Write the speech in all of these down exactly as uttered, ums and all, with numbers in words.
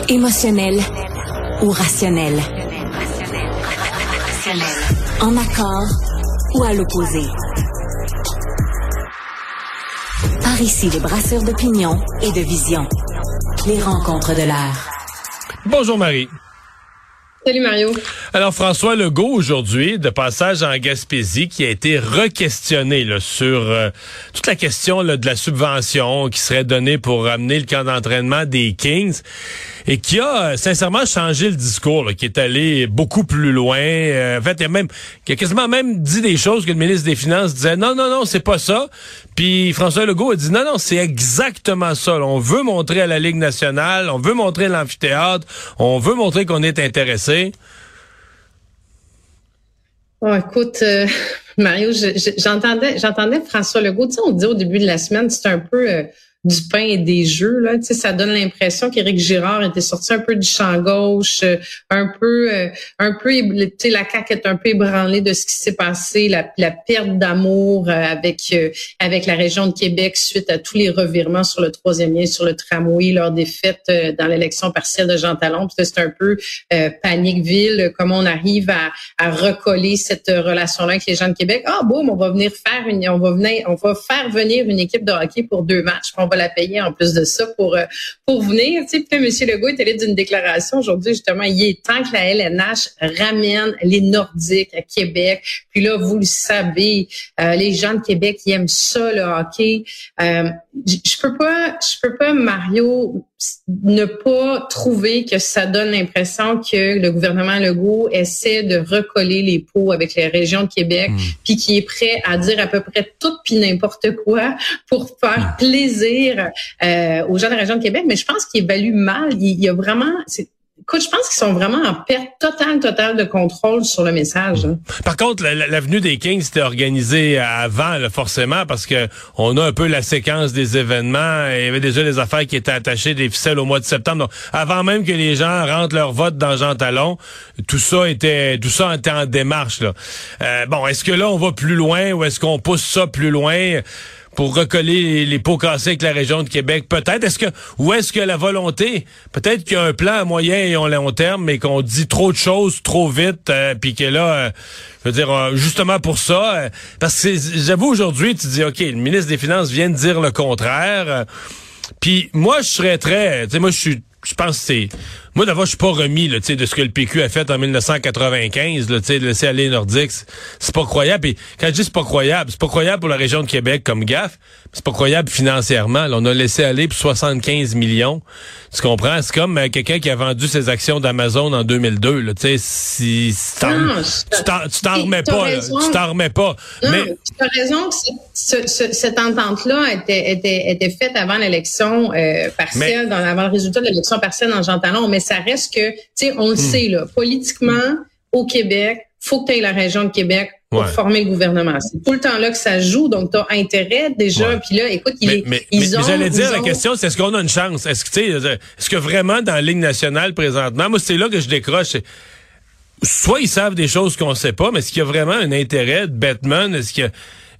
Émotionnel ou rationnel? En accord ou à l'opposé? Par ici, les brasseurs d'opinion et de vision. Les rencontres de l'air. Bonjour Marie. Salut Mario. Alors François Legault aujourd'hui, de passage en Gaspésie, qui a été re-questionné là, sur euh, toute la question là, de la subvention qui serait donnée pour amener le camp d'entraînement des Kings et qui a euh, sincèrement changé le discours, là, qui est allé beaucoup plus loin. Euh, en fait, il a même, qui a quasiment même dit des choses que le ministre des Finances disait non, non, non, c'est pas ça. Puis François Legault a dit non, non, c'est exactement ça. Là. On veut montrer à la Ligue nationale, on veut montrer l'amphithéâtre, on veut montrer qu'on est intéressé. Oh, écoute, euh, Mario, je, je, j'entendais, j'entendais François Legault. Tu sais, on dit au début de la semaine, c'est un peu euh, du pain et des jeux. Là, tu sais, ça donne l'impression qu'Éric Girard était sorti un peu du champ gauche, euh, un peu, euh, un peu. Tu sais, la C A Q est un peu ébranlée de ce qui s'est passé, la, la perte d'amour euh, avec euh, avec la région de Québec suite à tous les revirements sur le troisième lien, sur le tramway, leur défaite euh, dans l'élection partielle de Jean Talon. Puis c'est un peu euh, panique-ville, comment on arrive à, à recoller cette relation-là avec les gens de Québec. Ah, boum, on va venir faire une, on va venir, on va faire venir une équipe de hockey pour deux matchs. Puis on va la payer en plus de ça pour euh, pour venir. Tu sais, puis M. Legault est allé d'une déclaration aujourd'hui, justement, il est temps que la L N H ramène les Nordiques à Québec. Puis là, vous le savez, euh, les gens de Québec, ils aiment ça, le hockey. Euh, je, je peux pas, je peux pas, Mario, ne pas trouver que ça donne l'impression que le gouvernement Legault essaie de recoller les pots avec les régions de Québec, mmh. puis qui est prêt à dire à peu près tout puis n'importe quoi pour faire mmh. plaisir euh, aux gens de la région de Québec. Mais je pense qu'il évalue mal. Il, il y a vraiment... C'est, Écoute, je pense qu'ils sont vraiment en perte totale, totale de contrôle sur le message. Hein. Par contre, la, la, l'avenue des Kings c'était organisée avant, là, forcément, parce que on a un peu la séquence des événements. Il y avait déjà des affaires qui étaient attachées, des ficelles au mois de septembre. Donc, avant même que les gens rentrent leur vote dans Jean Talon, tout ça était, tout ça était en démarche. Là. Euh, bon, est-ce que là on va plus loin ou est-ce qu'on pousse ça plus loin? Pour recoller les, les pots cassés avec la région de Québec, peut-être. Est-ce que ou est-ce que la volonté, peut-être qu'il y a un plan à moyen et à long terme, mais qu'on dit trop de choses trop vite, euh, puis que là, euh, je veux dire, euh, justement pour ça, euh, parce que c'est, j'avoue aujourd'hui, tu dis, ok, le ministre des Finances vient de dire le contraire, euh, puis moi je serais très, tu sais, moi je suis, je pense que c'est, moi d'abord je suis pas remis là, tu sais, de ce que le P Q a fait en dix-neuf cent quatre-vingt-quinze, là, tu sais, de laisser aller les Nordiques, c'est, c'est pas croyable. Et quand je dis c'est pas croyable, c'est pas croyable pour la région de Québec comme gaffe, c'est pas croyable financièrement. Là, on a laissé aller pour soixante-quinze millions. Tu comprends? C'est comme euh, quelqu'un qui a vendu ses actions d'Amazon en deux mille deux. Là, tu sais, si, si t'en, non, tu t'en, tu t'en remets pas, là, tu t'en remets pas. Non, mais tu as raison que ce, ce, cette entente-là était, était, était faite avant l'élection euh, partielle, mais, dans, avant le résultat de l'élection partielle dans Jean Talon, mais ça reste que, tu sais, on le hmm. sait, là, politiquement, au Québec, faut que tu aies la région de Québec pour ouais. former le gouvernement. C'est tout le temps là que ça joue, donc tu as intérêt déjà. Ouais. Puis là, écoute, mais, ils, mais, ils mais, ont... Mais j'allais dire, ont... la question, c'est est-ce qu'on a une chance? Est-ce que, tu sais, est-ce que vraiment dans la Ligue nationale présentement, moi, c'est là que je décroche, c'est, soit ils savent des choses qu'on sait pas, mais est-ce qu'il y a vraiment un intérêt de Bettman? Est-ce qu'il y a...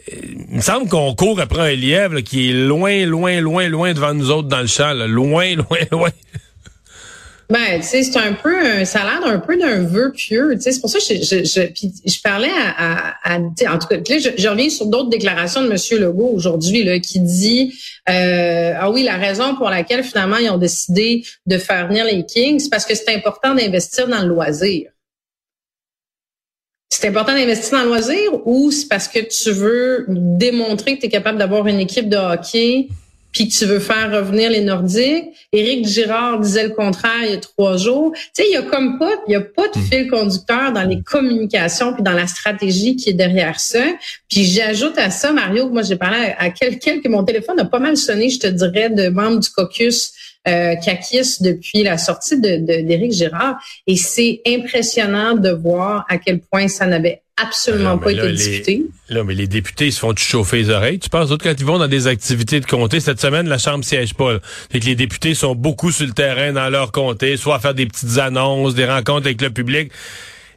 Il me semble qu'on court après un lièvre là, qui est loin, loin, loin, loin devant nous autres dans le champ. Là. Loin, loin, loin. Ben, tu sais, c'est un peu, ça a l'air d'un peu d'un vœu pieux. Tu sais, c'est pour ça que je, je, je, puis je parlais à, à, à en tout cas, là, je, je reviens sur d'autres déclarations de M. Legault aujourd'hui, là, qui dit, euh, ah oui, la raison pour laquelle finalement ils ont décidé de faire venir les Kings, c'est parce que c'est important d'investir dans le loisir. C'est important d'investir dans le loisir ou c'est parce que tu veux démontrer que tu es capable d'avoir une équipe de hockey puis que tu veux faire revenir les Nordiques? Éric Girard disait le contraire il y a trois jours. Tu sais, il y a comme pas, il y a pas de fil conducteur dans les communications puis dans la stratégie qui est derrière ça. Puis j'ajoute à ça, Mario, moi j'ai parlé à, à quelqu'un que mon téléphone a pas mal sonné, je te dirais, de membres du caucus euh, caquiste depuis la sortie de, de, d'Éric Girard. Et c'est impressionnant de voir à quel point ça n'avait absolument alors, pas là, été les, discuté. Là, mais les députés, ils se font chauffer les oreilles. Tu penses, d'autres, quand ils vont dans des activités de comté, cette semaine, la Chambre siège pas. Là. Fait que les députés sont beaucoup sur le terrain dans leur comté, soit à faire des petites annonces, des rencontres avec le public.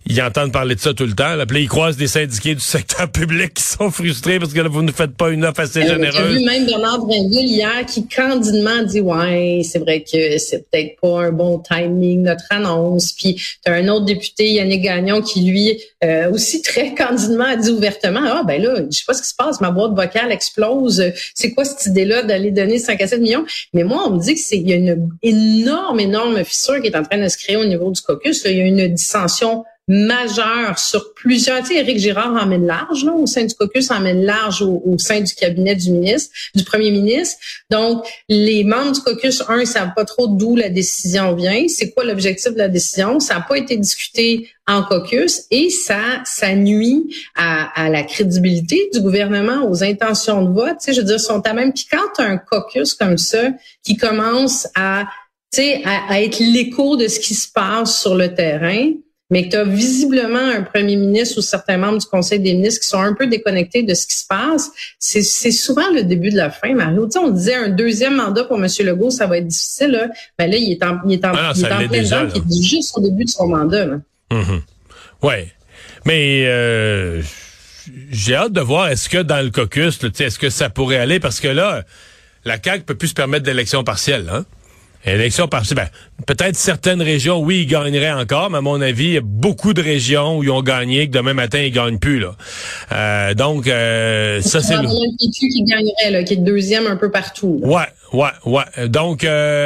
ils entendent parler de ça tout le temps. Là. Puis là, ils croisent des syndiqués du secteur public qui sont frustrés parce que là, vous ne faites pas une offre assez euh, généreuse. J'ai vu même Bernard Drinville hier qui candidement dit « Ouais, c'est vrai que c'est peut-être pas un bon timing, notre annonce. » Puis t'as un autre député, Yannick Gagnon, qui lui euh, aussi très candidement a dit ouvertement « Ah ben là, je sais pas ce qui se passe, ma boîte vocale explose. C'est quoi cette idée-là d'aller donner cinq à sept millions? » Mais moi, on me dit que c'est il y a une énorme, énorme fissure qui est en train de se créer au niveau du caucus. Là. Il y a une dissension majeure sur plusieurs. Tu sais, Éric Girard emmène large, là, au sein du caucus, emmène large au, au sein du cabinet du ministre, du premier ministre. Donc, les membres du caucus, un, ils savent pas trop d'où la décision vient. C'est quoi l'objectif de la décision? Ça n'a pas été discuté en caucus et ça, ça nuit à, à la crédibilité du gouvernement, aux intentions de vote. Tu sais, je veux dire, sont à même. Puis quand tu as un caucus comme ça qui commence à, tu sais, à, à être l'écho de ce qui se passe sur le terrain, mais que tu as visiblement un premier ministre ou certains membres du Conseil des ministres qui sont un peu déconnectés de ce qui se passe, c'est, c'est souvent le début de la fin, Mario. Tu sais, on disait un deuxième mandat pour M. Legault, ça va être difficile. Là. Ben là, il est en, il est en, ah non, il est en plein dedans, il est juste au début de son mandat. Là. Mm-hmm. Oui, mais euh, j'ai hâte de voir, est-ce que dans le caucus, là, est-ce que ça pourrait aller? Parce que là, la C A Q peut plus se permettre d'élections partielles, hein? Élection partielle, ben, peut-être certaines régions, oui, ils gagneraient encore, mais à mon avis, il y a beaucoup de régions où ils ont gagné, que demain matin, ils gagnent plus, là. Euh, donc, euh, ça, c'est... le P Q qui gagnerait, là, qui est deuxième un peu partout. Là. Ouais, ouais, ouais. Donc,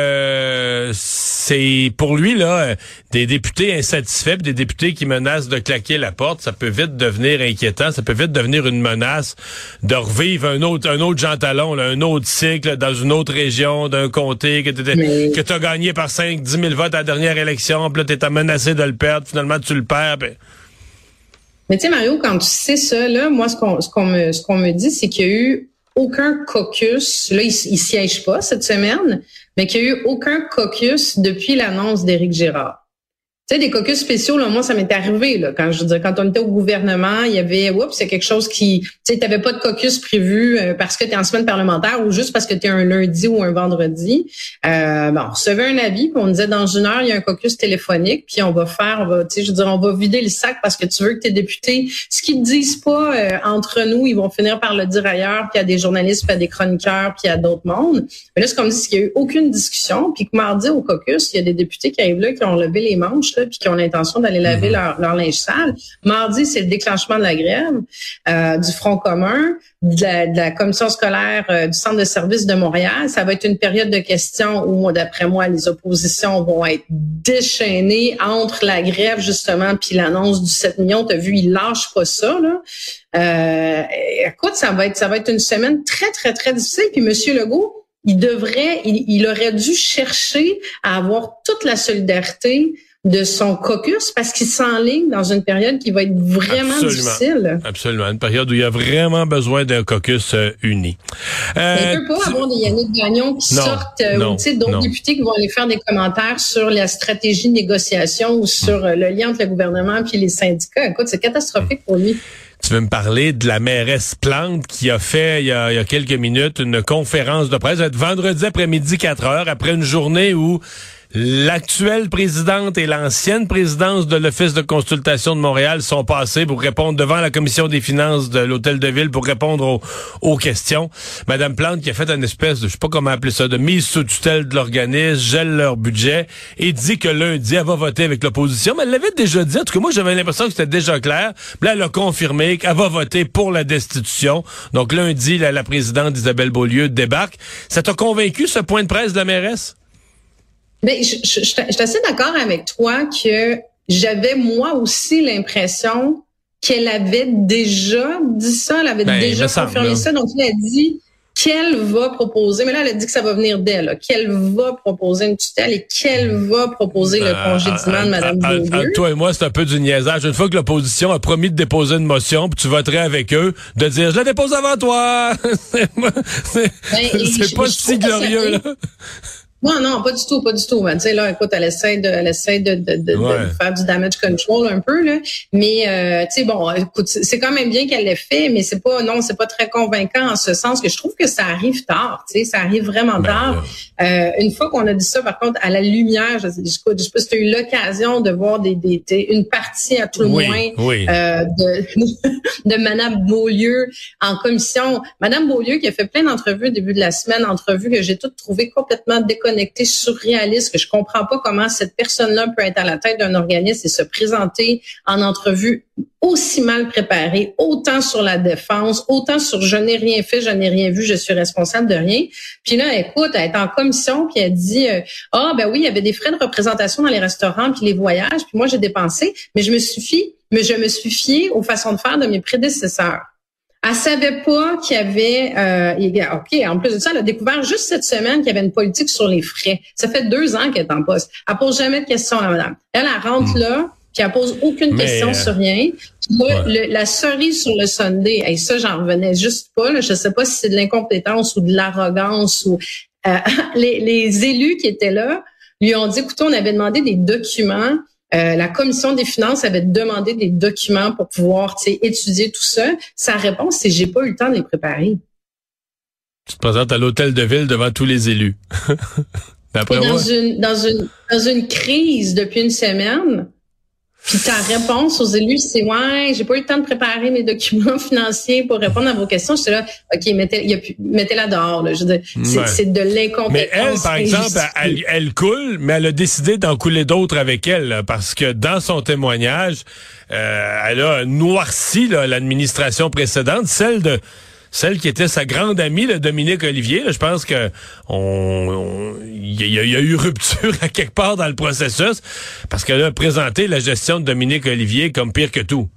euh, c'est, pour lui, là, des députés insatisfaits, des députés qui menacent de claquer la porte, ça peut vite devenir inquiétant, ça peut vite devenir une menace de revivre un autre, un autre Jean Talon, là, un autre cycle dans une autre région, d'un comté, que t'étais... Mais... que tu as gagné par cinq, dix mille votes à la dernière élection, puis là, tu es menacé de le perdre, finalement, tu le perds. Pis... Mais tu sais, Mario, quand tu sais ça, là, moi, ce qu'on, ce qu'on me, ce qu'on me dit, c'est qu'il y a eu aucun caucus, là, il, il siège pas cette semaine, mais qu'il y a eu aucun caucus depuis l'annonce d'Éric Girard. Tu sais, des caucus spéciaux, là, moi, ça m'est arrivé, là, quand je veux dire, quand on était au gouvernement, il y avait, oups, c'est quelque chose qui, tu sais, t'avais pas de caucus prévu euh, parce que t'es en semaine parlementaire ou juste parce que t'es un lundi ou un vendredi. Euh, bon, on recevait un avis, puis on disait, dans une heure, il y a un caucus téléphonique, puis on va faire, on va, tu sais, je veux dire, on va vider le sac parce que tu veux que tes députés, ce qu'ils te disent pas euh, entre nous, ils vont finir par le dire ailleurs, puis à des journalistes, puis à des chroniqueurs, puis à d'autres mondes. Mais là, ce qu'on me dit, c'est qu'il y a eu aucune discussion, puis que mardi, au caucus, il y a des députés qui arrivent là, qui ont levé les manches, puis qui ont l'intention d'aller laver mmh. leur, leur linge sale. Mardi, c'est le déclenchement de la grève euh, du Front commun, de la, de la commission scolaire euh, du Centre de services de Montréal. Ça va être une période de questions où, d'après moi, les oppositions vont être déchaînées entre la grève, justement, puis l'annonce du sept millions. T'as vu, ils lâchent pas ça, là. Euh, écoute, ça va être ça va être une semaine très, très, très difficile. Puis M. Legault, il devrait, il, il aurait dû chercher à avoir toute la solidarité de son caucus parce qu'il s'enligne dans une période qui va être vraiment Absolument. difficile. Absolument. Une période où il y a vraiment besoin d'un caucus euh, uni. Euh, il ne peut pas tu... avoir des Yannick Gagnon qui non, sortent euh, non, ou d'autres non. députés qui vont aller faire des commentaires sur la stratégie de négociation ou sur euh, le lien entre le gouvernement et les syndicats. Écoute, c'est catastrophique pour lui. Tu veux me parler de la mairesse Plante qui a fait, il y a, il y a quelques minutes, une conférence de presse, vendredi après-midi, quatre heures, après une journée où l'actuelle présidente et l'ancienne présidence de l'Office de consultation de Montréal sont passées pour répondre devant la commission des finances de l'Hôtel de Ville pour répondre aux, aux questions. Madame Plante qui a fait une espèce de, je sais pas comment appeler ça, de mise sous tutelle de l'organisme, gèle leur budget et dit que lundi, elle va voter avec l'opposition. Mais elle l'avait déjà dit. En tout cas, moi, j'avais l'impression que c'était déjà clair. Là, elle a confirmé qu'elle va voter pour la destitution. Donc, lundi, la, la présidente Isabelle Beaulieu débarque. Ça t'a convaincu, ce point de presse de la mairesse? Ben, je, je, je, je suis assez d'accord avec toi que j'avais moi aussi l'impression qu'elle avait déjà dit ça, elle avait ben, déjà confirmé semble, ça. Donc, elle a dit qu'elle va proposer, mais là, elle a dit que ça va venir d'elle, qu'elle va proposer une tutelle et qu'elle va proposer le congédiement de Mme Beaulieu. Toi et moi, c'est un peu du niaisage. Une fois que l'opposition a promis de déposer une motion, puis tu voterais avec eux, de dire « Je la dépose avant toi! » C'est, c'est, ben, c'est pas si glorieux, là. Non, non, pas du tout, pas du tout. Ben, tu sais, là, écoute, elle essaie de, elle essaie de, de, de, ouais. de faire du damage control un peu, là. Mais, euh, tu sais, bon, écoute, c'est quand même bien qu'elle l'ait fait, mais c'est pas, non, c'est pas très convaincant en ce sens que je trouve que ça arrive tard, tu sais, ça arrive vraiment ben, tard. Euh, une fois qu'on a dit ça, par contre, à la lumière, je, je, je sais pas si tu as eu l'occasion de voir des, des, une partie à tout le oui, moins, oui. Euh, de, de Madame Beaulieu en commission. Madame Beaulieu qui a fait plein d'entrevues au début de la semaine, entrevues que j'ai toutes trouvées complètement déconnectées, surréaliste, que je comprends pas comment cette personne-là peut être à la tête d'un organisme et se présenter en entrevue aussi mal préparée, autant sur la défense, autant sur je n'ai rien fait, je n'ai rien vu, je suis responsable de rien. Puis là, écoute, elle est en commission, puis elle dit euh, ah ben oui, il y avait des frais de représentation dans les restaurants, puis les voyages, puis moi j'ai dépensé, mais je me suis fié, mais je me suis fiée aux façons de faire de mes prédécesseurs. Elle savait pas qu'il y avait, euh, ok, en plus de ça, elle a découvert juste cette semaine qu'il y avait une politique sur les frais. Ça fait deux ans qu'elle est en poste. Elle pose jamais de questions, la madame. Elle, elle rentre mmh. là, puis elle pose aucune Mais question euh... sur rien. Puis là, ouais. le, la cerise sur le sundae, et ça, j'en revenais juste pas. Là. Je sais pas si c'est de l'incompétence ou de l'arrogance ou euh, les, les élus qui étaient là lui ont dit, écoutez, on avait demandé des documents. Euh, la commission des finances avait demandé des documents pour pouvoir étudier tout ça. Sa réponse, c'est j'ai pas eu le temps de les préparer. Tu te présentes à l'hôtel de ville devant tous les élus. D'après moi. Dans une, dans une, dans une crise depuis une semaine. Puis ta réponse aux élus, c'est ouais, j'ai pas eu le temps de préparer mes documents financiers pour répondre à vos questions. J'étais là, ok, mettez, y a plus, mettez-la dehors. Là. Je veux dire, c'est, ouais. c'est de l'incompétence. Mais elle, par exemple, elle, elle coule, mais elle a décidé d'en couler d'autres avec elle, là, parce que dans son témoignage, euh, elle a noirci là, l'administration précédente, celle de celle qui était sa grande amie, là, Dominique Olivier. Là, je pense que on, il y, y a eu rupture à quelque part dans le processus parce qu'elle a présenté la gestion de Dominique Olivier comme pire que tout.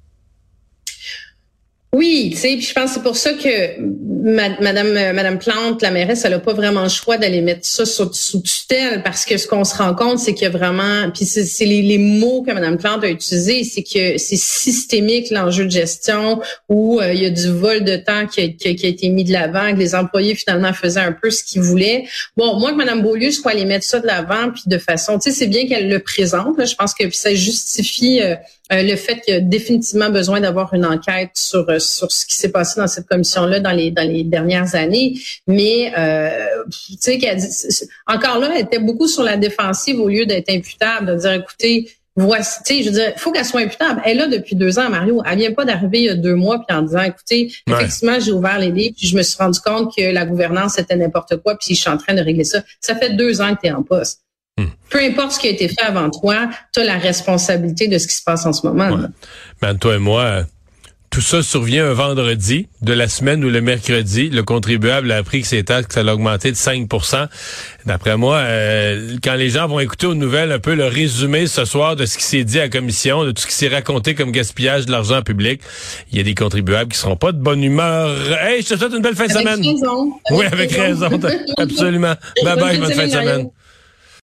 Oui, tu sais, puis je pense que c'est pour ça que ma, Madame Madame Plante, la mairesse, elle a pas vraiment le choix d'aller mettre ça sous, sous tutelle parce que ce qu'on se rend compte, c'est qu'il y a vraiment, puis c'est, c'est les, les mots que Madame Plante a utilisés, c'est que c'est systémique l'enjeu de gestion où euh, il y a du vol de temps qui a, qui a, qui a été mis de l'avant, que les employés finalement faisaient un peu ce qu'ils voulaient. Bon, moi que Madame Beaulieu, je crois aller mettre ça de l'avant puis de façon, tu sais, c'est bien qu'elle le présente. Là, je pense que ça justifie euh, Euh, le fait qu'il y a définitivement besoin d'avoir une enquête sur euh, sur ce qui s'est passé dans cette commission-là dans les dans les dernières années, mais euh, tu sais qu'elle dit, encore là, elle était beaucoup sur la défensive au lieu d'être imputable, de dire écoutez, voici, tu sais, je veux dire, faut qu'elle soit imputable. Elle est là depuis deux ans, Mario. Elle vient pas d'arriver il y a deux mois puis en disant écoutez, ouais. effectivement, j'ai ouvert les livres puis je me suis rendu compte que la gouvernance était n'importe quoi puis je suis en train de régler ça. Ça fait deux ans que tu es en poste. Peu importe ce qui a été fait avant toi, tu as la responsabilité de ce qui se passe en ce moment. Ouais. Ben, toi et moi, euh, tout ça survient un vendredi de la semaine ou le mercredi. Le contribuable a appris que ses taxes allaient augmenter de cinq pour cent. D'après moi, euh, quand les gens vont écouter aux nouvelles un peu le résumé ce soir de ce qui s'est dit à la commission, de tout ce qui s'est raconté comme gaspillage de l'argent public, il y a des contribuables qui seront pas de bonne humeur. Hey, je te souhaite une belle fin de avec semaine. Raison. Oui, avec avec raison. raison. Absolument. Bye bye, bonne fin de semaine.